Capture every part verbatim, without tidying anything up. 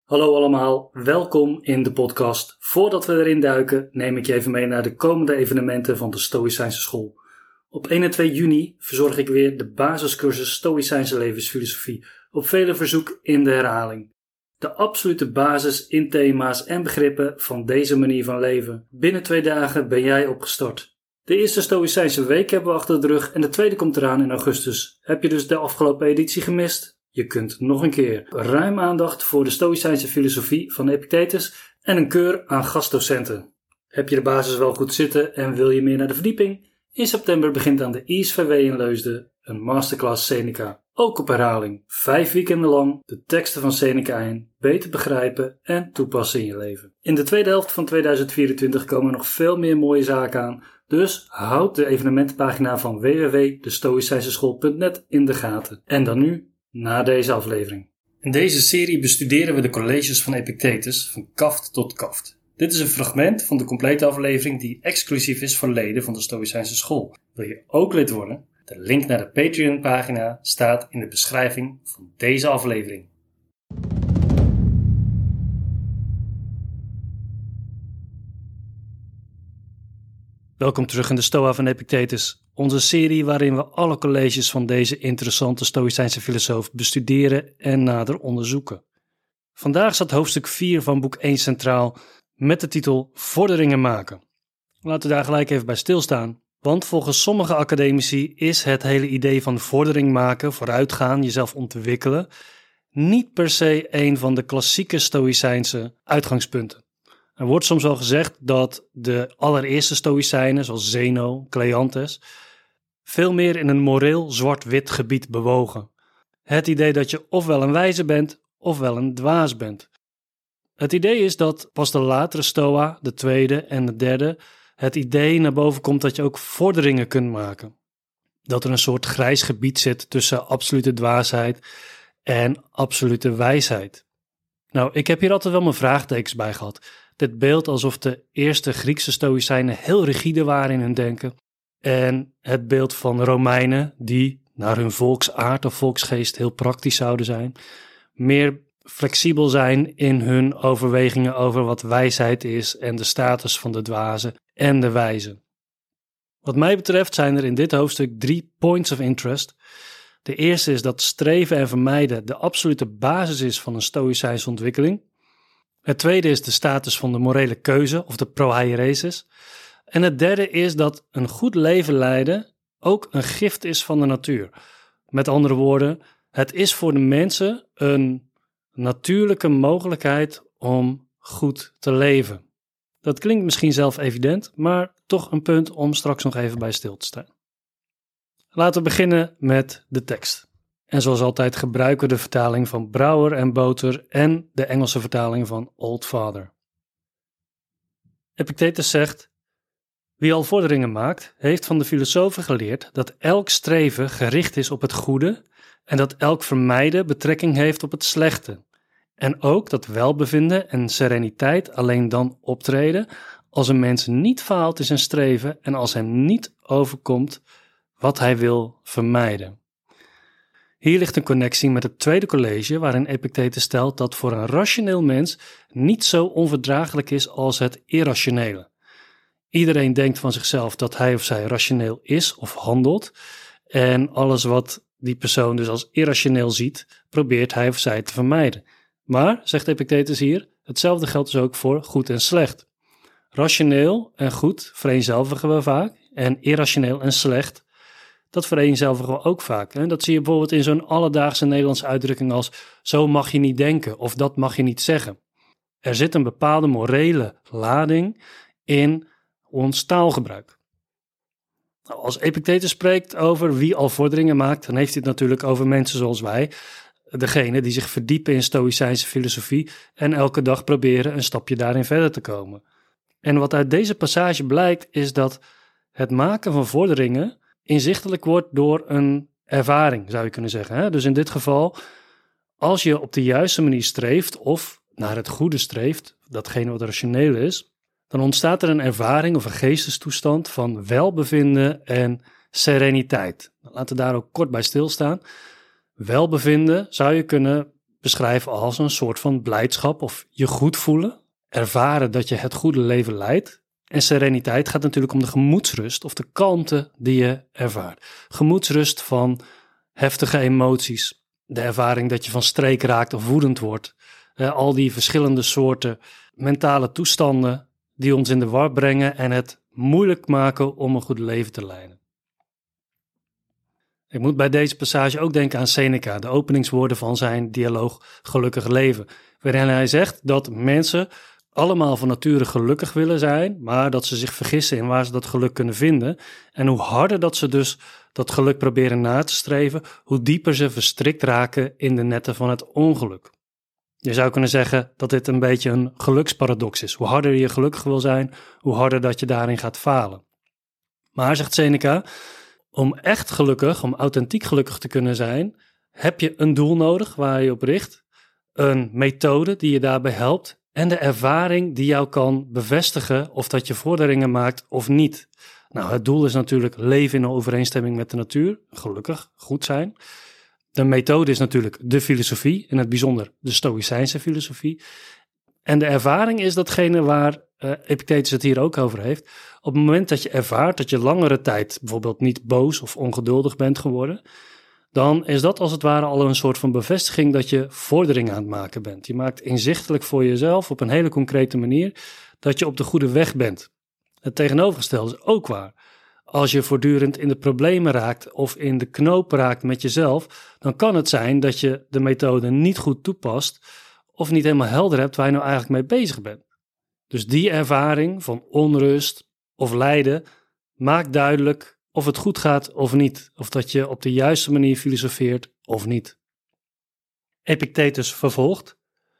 Hallo allemaal, welkom in de podcast. Voordat we erin duiken, neem ik je even mee naar de komende evenementen van de Stoïcijnse School. Op één en twee juni verzorg ik weer de basiscursus Stoïcijnse levensfilosofie, op vele verzoek in de herhaling. De absolute basis in thema's en begrippen van deze manier van leven. Binnen twee dagen ben jij opgestart. De eerste Stoïcijnse week hebben we achter de rug en de tweede komt eraan in augustus. Heb je dus de afgelopen editie gemist? Je kunt nog een keer. Ruim aandacht voor de Stoïcijnse filosofie van Epictetus en een keur aan gastdocenten. Heb je de basis wel goed zitten en wil je meer naar de verdieping? In september begint aan de I S V W in Leusden een masterclass Seneca. Ook op herhaling. Vijf weekenden lang de teksten van Seneca in, beter begrijpen en toepassen in je leven. In de tweede helft van tweeduizend vierentwintig komen er nog veel meer mooie zaken aan. Dus houd de evenementenpagina van w w w punt de stoïcijnse school punt net in de gaten. En dan nu na deze aflevering. In deze serie bestuderen we de colleges van Epictetus van kaft tot kaft. Dit is een fragment van de complete aflevering die exclusief is voor leden van de Stoïcijnse School. Wil je ook lid worden? De link naar de Patreon-pagina staat in de beschrijving van deze aflevering. Welkom terug in de Stoa van Epictetus, onze serie waarin we alle colleges van deze interessante Stoïcijnse filosoof bestuderen en nader onderzoeken. Vandaag staat hoofdstuk vier van boek één centraal met de titel Vorderingen maken. Laten we daar gelijk even bij stilstaan, want volgens sommige academici is het hele idee van vordering maken, vooruitgaan, jezelf ontwikkelen, niet per se een van de klassieke Stoïcijnse uitgangspunten. Er wordt soms wel gezegd dat de allereerste Stoïcijnen, zoals Zeno, Cleanthes, veel meer in een moreel zwart-wit gebied bewogen. Het idee dat je ofwel een wijze bent, ofwel een dwaas bent. Het idee is dat pas de latere Stoa, de tweede en de derde, het idee naar boven komt dat je ook vorderingen kunt maken. Dat er een soort grijs gebied zit tussen absolute dwaasheid en absolute wijsheid. Nou, ik heb hier altijd wel mijn vraagtekens bij gehad. Dit beeld alsof de eerste Griekse Stoïcijnen heel rigide waren in hun denken. En het beeld van Romeinen, die naar hun volksaard of volksgeest heel praktisch zouden zijn. Meer flexibel zijn in hun overwegingen over wat wijsheid is en de status van de dwazen en de wijzen. Wat mij betreft zijn er in dit hoofdstuk drie points of interest. De eerste is dat streven en vermijden de absolute basis is van een Stoïcijnse ontwikkeling. Het tweede is de status van de morele keuze of de prohairesis. En het derde is dat een goed leven leiden ook een gift is van de natuur. Met andere woorden, het is voor de mensen een natuurlijke mogelijkheid om goed te leven. Dat klinkt misschien zelf evident, maar toch een punt om straks nog even bij stil te staan. Laten we beginnen met de tekst. En zoals altijd gebruiken we de vertaling van Brouwer en Boter en de Engelse vertaling van Old Father. Epictetus zegt: wie al vorderingen maakt, heeft van de filosofen geleerd dat elk streven gericht is op het goede en dat elk vermijden betrekking heeft op het slechte. En ook dat welbevinden en sereniteit alleen dan optreden als een mens niet faalt in zijn streven en als hem niet overkomt wat hij wil vermijden. Hier ligt een connectie met het tweede college waarin Epictetus stelt dat voor een rationeel mens niet zo onverdraaglijk is als het irrationele. Iedereen denkt van zichzelf dat hij of zij rationeel is of handelt en alles wat die persoon dus als irrationeel ziet, probeert hij of zij te vermijden. Maar, zegt Epictetus hier, hetzelfde geldt dus ook voor goed en slecht. Rationeel en goed vereenzelvigen we vaak en irrationeel en slecht, dat vereenzelvigen we ook vaak. Hè? Dat zie je bijvoorbeeld in zo'n alledaagse Nederlandse uitdrukking als zo mag je niet denken of dat mag je niet zeggen. Er zit een bepaalde morele lading in ons taalgebruik. Nou, als Epictetus spreekt over wie al vorderingen maakt, dan heeft hij het natuurlijk over mensen zoals wij, degene die zich verdiepen in Stoïcijnse filosofie en elke dag proberen een stapje daarin verder te komen. En wat uit deze passage blijkt is dat het maken van vorderingen inzichtelijk wordt door een ervaring, zou je kunnen zeggen. Hè? Dus in dit geval, als je op de juiste manier streeft of naar het goede streeft, datgene wat rationeel is, dan ontstaat er een ervaring of een geestestoestand van welbevinden en sereniteit. Laten we daar ook kort bij stilstaan. Welbevinden zou je kunnen beschrijven als een soort van blijdschap of je goed voelen, ervaren dat je het goede leven leidt. En sereniteit gaat natuurlijk om de gemoedsrust of de kalmte die je ervaart. Gemoedsrust van heftige emoties, de ervaring dat je van streek raakt of woedend wordt. Eh, al die verschillende soorten mentale toestanden die ons in de war brengen en het moeilijk maken om een goed leven te leiden. Ik moet bij deze passage ook denken aan Seneca, de openingswoorden van zijn dialoog Gelukkig leven, waarin hij zegt dat mensen allemaal van nature gelukkig willen zijn, maar dat ze zich vergissen in waar ze dat geluk kunnen vinden. En hoe harder dat ze dus dat geluk proberen na te streven, hoe dieper ze verstrikt raken in de netten van het ongeluk. Je zou kunnen zeggen dat dit een beetje een geluksparadox is. Hoe harder je gelukkig wil zijn, hoe harder dat je daarin gaat falen. Maar, zegt Seneca, om echt gelukkig, om authentiek gelukkig te kunnen zijn, heb je een doel nodig waar je op richt, een methode die je daarbij helpt en de ervaring die jou kan bevestigen of dat je vorderingen maakt of niet. Nou, het doel is natuurlijk leven in overeenstemming met de natuur, gelukkig, goed zijn. De methode is natuurlijk de filosofie, in het bijzonder de Stoïcijnse filosofie. En de ervaring is datgene waar uh, Epictetus het hier ook over heeft. Op het moment dat je ervaart dat je langere tijd bijvoorbeeld niet boos of ongeduldig bent geworden, dan is dat als het ware al een soort van bevestiging dat je vordering aan het maken bent. Je maakt inzichtelijk voor jezelf op een hele concrete manier dat je op de goede weg bent. Het tegenovergestelde is ook waar. Als je voortdurend in de problemen raakt of in de knoop raakt met jezelf, dan kan het zijn dat je de methode niet goed toepast of niet helemaal helder hebt waar je nou eigenlijk mee bezig bent. Dus die ervaring van onrust of lijden maakt duidelijk of het goed gaat of niet, of dat je op de juiste manier filosofeert of niet. Epictetus vervolgt: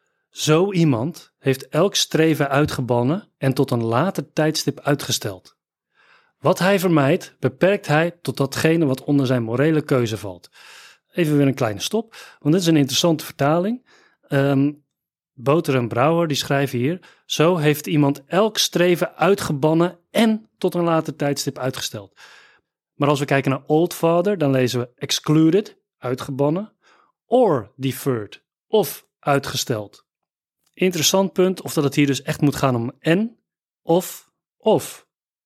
zo iemand heeft elk streven uitgebannen en tot een later tijdstip uitgesteld. Wat hij vermijdt, beperkt hij tot datgene wat onder zijn morele keuze valt. Even weer een kleine stop, want dit is een interessante vertaling. Um, Boter en Brouwer die schrijven hier: zo heeft iemand elk streven uitgebannen en tot een later tijdstip uitgesteld. Maar als we kijken naar Old Father, dan lezen we excluded, uitgebannen, or deferred, of uitgesteld. Interessant punt, of dat het hier dus echt moet gaan om en, of, of.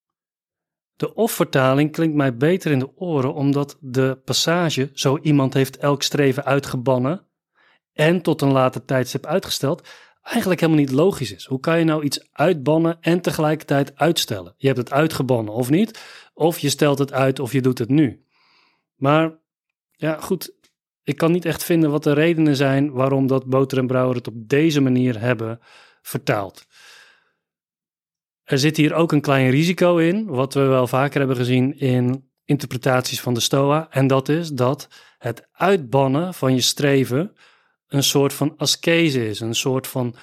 De of-vertaling klinkt mij beter in de oren, omdat de passage, zo iemand heeft elk streven uitgebannen en tot een later tijdstip uitgesteld, eigenlijk helemaal niet logisch is. Hoe kan je nou iets uitbannen en tegelijkertijd uitstellen? Je hebt het uitgebannen of niet, of je stelt het uit of je doet het nu. Maar ja, goed, ik kan niet echt vinden wat de redenen zijn waarom dat Boter en Brouwer het op deze manier hebben vertaald. Er zit hier ook een klein risico in, wat we wel vaker hebben gezien in interpretaties van de Stoa, en dat is dat het uitbannen van je streven een soort van askese is, een soort van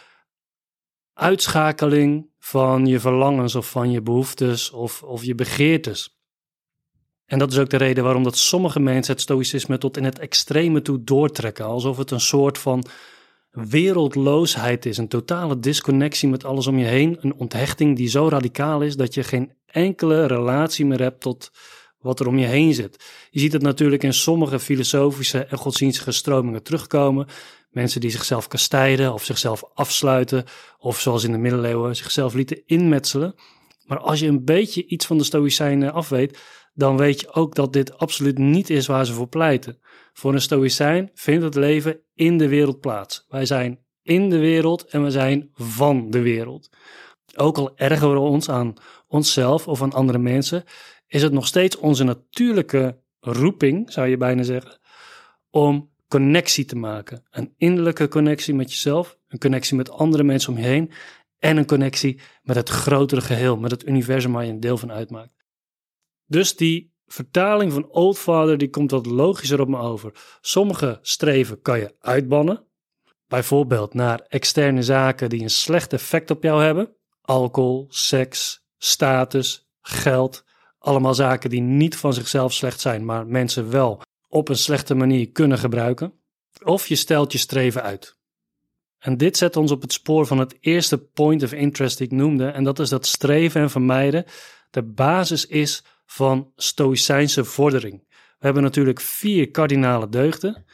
uitschakeling van je verlangens of van je behoeftes of, of je begeertes. En dat is ook de reden waarom dat sommige mensen het stoïcisme tot in het extreme toe doortrekken, alsof het een soort van wereldloosheid is, een totale disconnectie met alles om je heen, een onthechting die zo radicaal is dat je geen enkele relatie meer hebt tot wat er om je heen zit. Je ziet het natuurlijk in sommige filosofische en godsdienstige stromingen terugkomen. Mensen die zichzelf kastijden of zichzelf afsluiten of zoals in de middeleeuwen zichzelf lieten inmetselen. Maar als je een beetje iets van de Stoïcijnen afweet, dan weet je ook dat dit absoluut niet is waar ze voor pleiten. Voor een Stoïcijn vindt het leven in de wereld plaats. Wij zijn in de wereld en we zijn van de wereld. Ook al ergeren we ons aan onszelf of aan andere mensen, is het nog steeds onze natuurlijke roeping, zou je bijna zeggen, om connectie te maken. Een innerlijke connectie met jezelf, een connectie met andere mensen om je heen en een connectie met het grotere geheel, met het universum waar je een deel van uitmaakt. Dus die vertaling van Old Father die komt wat logischer op me over. Sommige streven kan je uitbannen, bijvoorbeeld naar externe zaken die een slecht effect op jou hebben. Alcohol, seks, status, geld, allemaal zaken die niet van zichzelf slecht zijn, maar mensen wel op een slechte manier kunnen gebruiken. Of je stelt je streven uit. En dit zet ons op het spoor van het eerste point of interest die ik noemde, en dat is dat streven en vermijden de basis is van stoïcijnse vordering. We hebben natuurlijk vier kardinale deugden.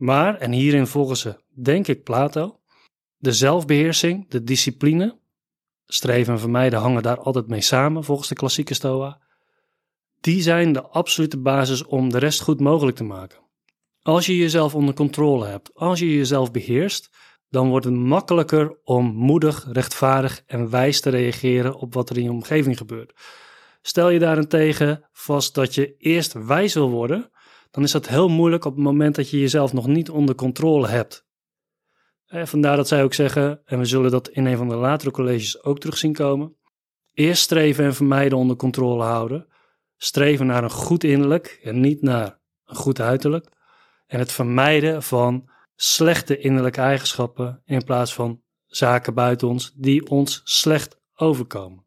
Maar, en hierin volgen ze, denk ik, Plato, de zelfbeheersing, de discipline, streven en vermijden hangen daar altijd mee samen volgens de klassieke Stoa, die zijn de absolute basis om de rest goed mogelijk te maken. Als je jezelf onder controle hebt, als je jezelf beheerst, dan wordt het makkelijker om moedig, rechtvaardig en wijs te reageren op wat er in je omgeving gebeurt. Stel je daarentegen vast dat je eerst wijs wil worden, dan is dat heel moeilijk op het moment dat je jezelf nog niet onder controle hebt. En vandaar dat zij ook zeggen, en we zullen dat in een van de latere colleges ook terug zien komen, eerst streven en vermijden onder controle houden, streven naar een goed innerlijk en niet naar een goed uiterlijk, en het vermijden van slechte innerlijke eigenschappen in plaats van zaken buiten ons die ons slecht overkomen.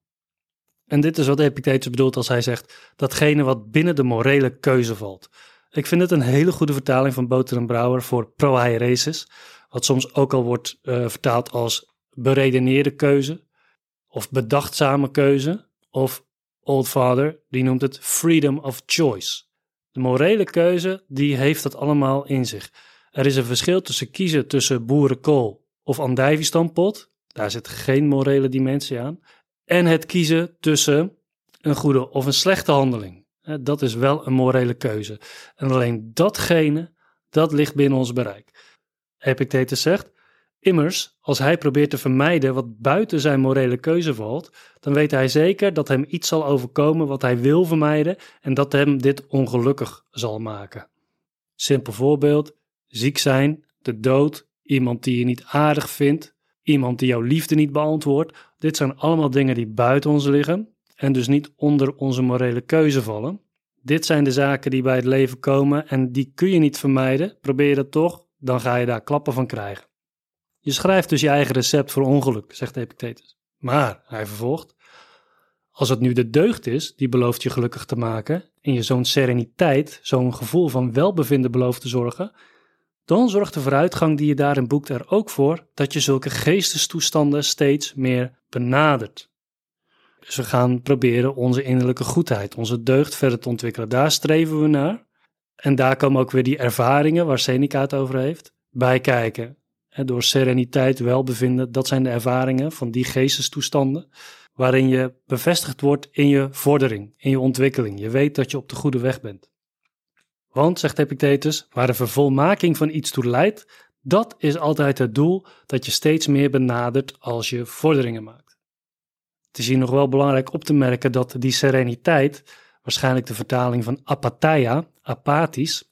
En dit is wat Epictetus bedoelt als hij zegt datgene wat binnen de morele keuze valt. Ik vind het een hele goede vertaling van Boter en Brouwer voor prohairesis, wat soms ook al wordt uh, vertaald als beredeneerde keuze of bedachtzame keuze, of Old Father, die noemt het freedom of choice. De morele keuze, die heeft dat allemaal in zich. Er is een verschil tussen kiezen tussen boerenkool of andijviestampot, daar zit geen morele dimensie aan, en het kiezen tussen een goede of een slechte handeling. Dat is wel een morele keuze. En alleen datgene, dat ligt binnen ons bereik. Epictetus zegt, immers, als hij probeert te vermijden wat buiten zijn morele keuze valt, dan weet hij zeker dat hem iets zal overkomen wat hij wil vermijden en dat hem dit ongelukkig zal maken. Simpel voorbeeld, ziek zijn, de dood, iemand die je niet aardig vindt, iemand die jouw liefde niet beantwoordt. Dit zijn allemaal dingen die buiten ons liggen en dus niet onder onze morele keuze vallen. Dit zijn de zaken die bij het leven komen en die kun je niet vermijden. Probeer je dat toch, dan ga je daar klappen van krijgen. Je schrijft dus je eigen recept voor ongeluk, zegt Epictetus. Maar, hij vervolgt, als het nu de deugd is die belooft je gelukkig te maken en je zo'n sereniteit, zo'n gevoel van welbevinden belooft te zorgen, dan zorgt de vooruitgang die je daarin boekt er ook voor dat je zulke geestestoestanden steeds meer benadert. Dus we gaan proberen onze innerlijke goedheid, onze deugd verder te ontwikkelen. Daar streven we naar. En daar komen ook weer die ervaringen waar Seneca het over heeft, bij kijken. En door sereniteit, welbevinden, dat zijn de ervaringen van die geestestoestanden waarin je bevestigd wordt in je vordering, in je ontwikkeling. Je weet dat je op de goede weg bent. Want, zegt Epictetus, waar de vervolmaking van iets toe leidt, dat is altijd het doel dat je steeds meer benadert als je vorderingen maakt. Het is hier nog wel belangrijk op te merken dat die sereniteit, waarschijnlijk de vertaling van apatheia, apathisch,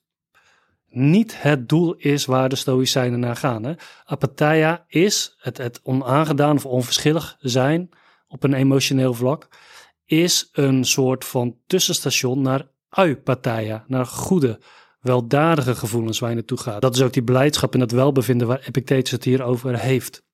niet het doel is waar de Stoïcijnen naar gaan. Hè? Apatheia is het, het onaangedaan of onverschillig zijn op een emotioneel vlak, is een soort van tussenstation naar eupatheia, naar goede, weldadige gevoelens waar je naartoe gaat. Dat is ook die blijdschap en dat welbevinden waar Epictetus het hier over heeft.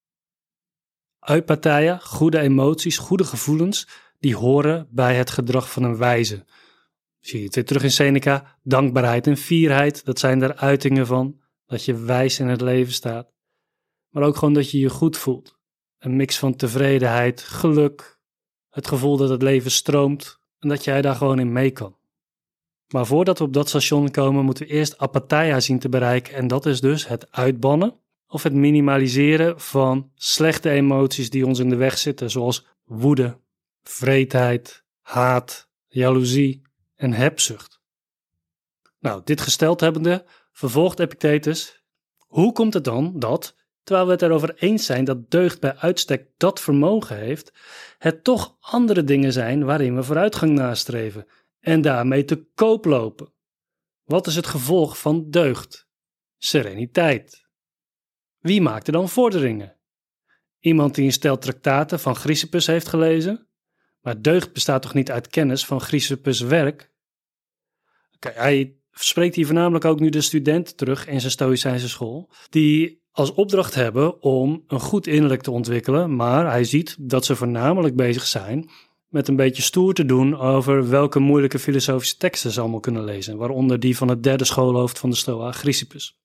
Eupatheia, goede emoties, goede gevoelens, die horen bij het gedrag van een wijze. Zie je het weer terug in Seneca, dankbaarheid en fierheid, dat zijn er uitingen van, dat je wijs in het leven staat. Maar ook gewoon dat je je goed voelt. Een mix van tevredenheid, geluk, het gevoel dat het leven stroomt en dat jij daar gewoon in mee kan. Maar voordat we op dat station komen, moeten we eerst apatheia zien te bereiken en dat is dus het uitbannen of het minimaliseren van slechte emoties die ons in de weg zitten, zoals woede, vreedheid, haat, jaloezie en hebzucht. Nou, dit gesteld hebbende, vervolgt Epictetus, hoe komt het dan dat, terwijl we het erover eens zijn dat deugd bij uitstek dat vermogen heeft, het toch andere dingen zijn waarin we vooruitgang nastreven en daarmee te koop lopen? Wat is het gevolg van deugd? Sereniteit. Wie maakt er dan vorderingen? Iemand die een stel traktaten van Chrysippus heeft gelezen? Maar deugd bestaat toch niet uit kennis van Chrysippus' werk? Okay, hij spreekt hier voornamelijk ook nu de studenten terug in zijn Stoïcijnse school, die als opdracht hebben om een goed innerlijk te ontwikkelen, maar hij ziet dat ze voornamelijk bezig zijn met een beetje stoer te doen over welke moeilijke filosofische teksten ze allemaal kunnen lezen, waaronder die van het derde schoolhoofd van de Stoa, Chrysippus.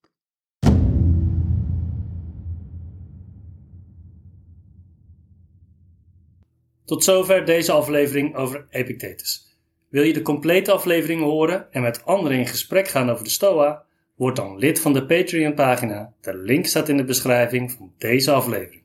Tot zover deze aflevering over Epictetus. Wil je de complete aflevering horen en met anderen in gesprek gaan over de Stoa? Word dan lid van de Patreon-pagina. De link staat in de beschrijving van deze aflevering.